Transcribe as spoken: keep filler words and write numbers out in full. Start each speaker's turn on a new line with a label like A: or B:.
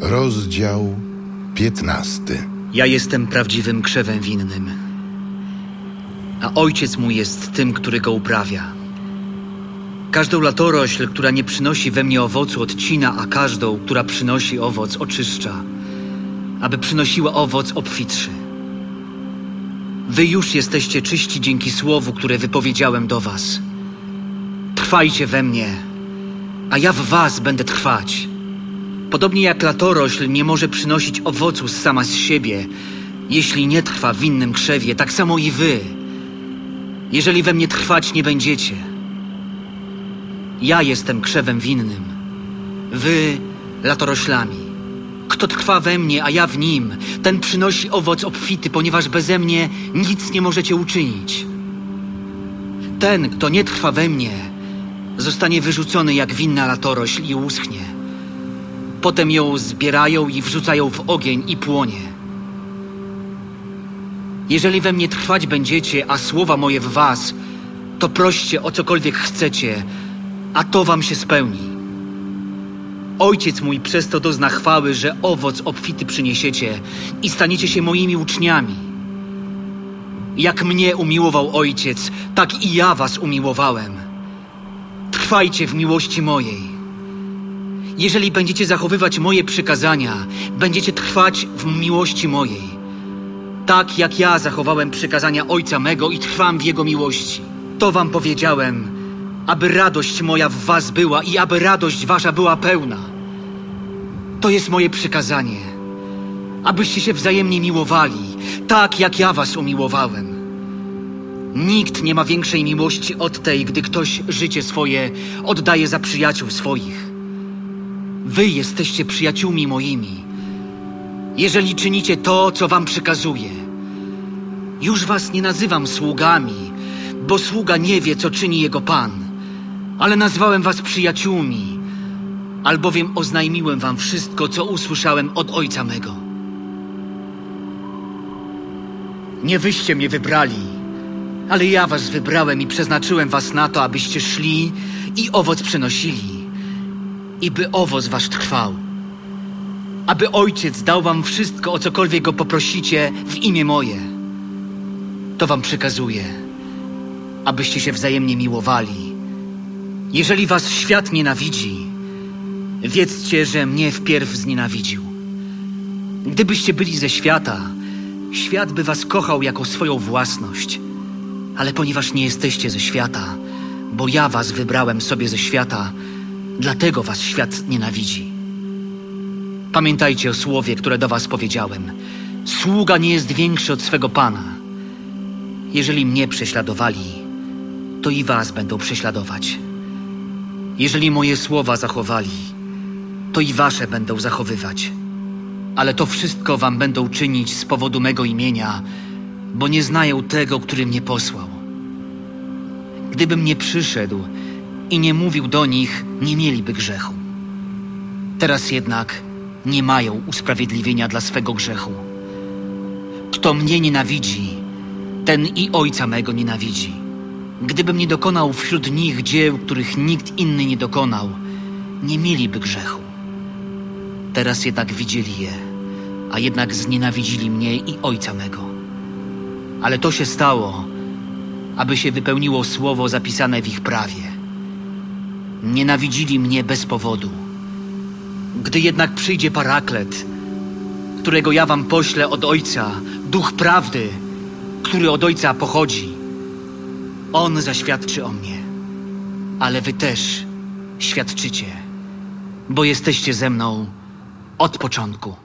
A: Rozdział piętnasty.
B: Ja jestem prawdziwym krzewem winnym, a ojciec mój jest tym, który go uprawia. Każdą latorośl, która nie przynosi we mnie owocu, odcina, a każdą, która przynosi owoc, oczyszcza, aby przynosiła owoc obfitszy. Wy już jesteście czyści dzięki słowu, które wypowiedziałem do was. Trwajcie we mnie, a ja w was będę trwać. Podobnie jak latorośl nie może przynosić owocu sama z siebie, jeśli nie trwa w innym krzewie, tak samo i wy, jeżeli we mnie trwać nie będziecie. Ja jestem krzewem winnym, wy latoroślami. Kto trwa we mnie, a ja w nim, ten przynosi owoc obfity, ponieważ beze mnie nic nie możecie uczynić. Ten, kto nie trwa we mnie, zostanie wyrzucony jak winna latorośl i uschnie. Potem ją zbierają i wrzucają w ogień i płonie. Jeżeli we mnie trwać będziecie, a słowa moje w was, to proście o cokolwiek chcecie, a to wam się spełni. Ojciec mój przez to dozna chwały, że owoc obfity przyniesiecie i staniecie się moimi uczniami. Jak mnie umiłował Ojciec, tak i ja was umiłowałem. Trwajcie w miłości mojej. Jeżeli będziecie zachowywać moje przykazania, będziecie trwać w miłości mojej. Tak jak ja zachowałem przykazania Ojca mego i trwam w Jego miłości. To wam powiedziałem, aby radość moja w was była i aby radość wasza była pełna. To jest moje przykazanie, abyście się wzajemnie miłowali, tak jak ja was umiłowałem. Nikt nie ma większej miłości od tej, gdy ktoś życie swoje oddaje za przyjaciół swoich. Wy jesteście przyjaciółmi moimi, jeżeli czynicie to, co wam przykazuję. Już was nie nazywam sługami, bo sługa nie wie, co czyni jego Pan, ale nazwałem was przyjaciółmi, albowiem oznajmiłem wam wszystko, co usłyszałem od Ojca mego. Nie wyście mnie wybrali, ale ja was wybrałem i przeznaczyłem was na to, abyście szli i owoc przynosili, i by owoc wasz trwał. Aby Ojciec dał wam wszystko, o cokolwiek go poprosicie w imię moje. To wam przykazuję, abyście się wzajemnie miłowali. Jeżeli was świat nienawidzi, wiedzcie, że mnie wpierw znienawidził. Gdybyście byli ze świata, świat by was kochał jako swoją własność. Ale ponieważ nie jesteście ze świata, bo ja was wybrałem sobie ze świata, dlatego was świat nienawidzi. Pamiętajcie o słowie, które do was powiedziałem. Sługa nie jest większy od swego Pana. Jeżeli mnie prześladowali, to i was będą prześladować. Jeżeli moje słowa zachowali, to i wasze będą zachowywać. Ale to wszystko wam będą czynić z powodu mego imienia, bo nie znają tego, który mnie posłał. Gdybym nie przyszedł i nie mówił do nich, nie mieliby grzechu. Teraz jednak nie mają usprawiedliwienia dla swego grzechu. Kto mnie nienawidzi, ten i Ojca mego nienawidzi. Gdybym nie dokonał wśród nich dzieł, których nikt inny nie dokonał, nie mieliby grzechu. Teraz jednak widzieli je, a jednak znienawidzili mnie i Ojca mego. Ale to się stało, aby się wypełniło słowo zapisane w ich prawie. Nienawidzili mnie bez powodu. Gdy jednak przyjdzie Paraklet, którego ja wam poślę od Ojca, Duch Prawdy, który od Ojca pochodzi, On zaświadczy o mnie. Ale wy też świadczycie, bo jesteście ze mną od początku.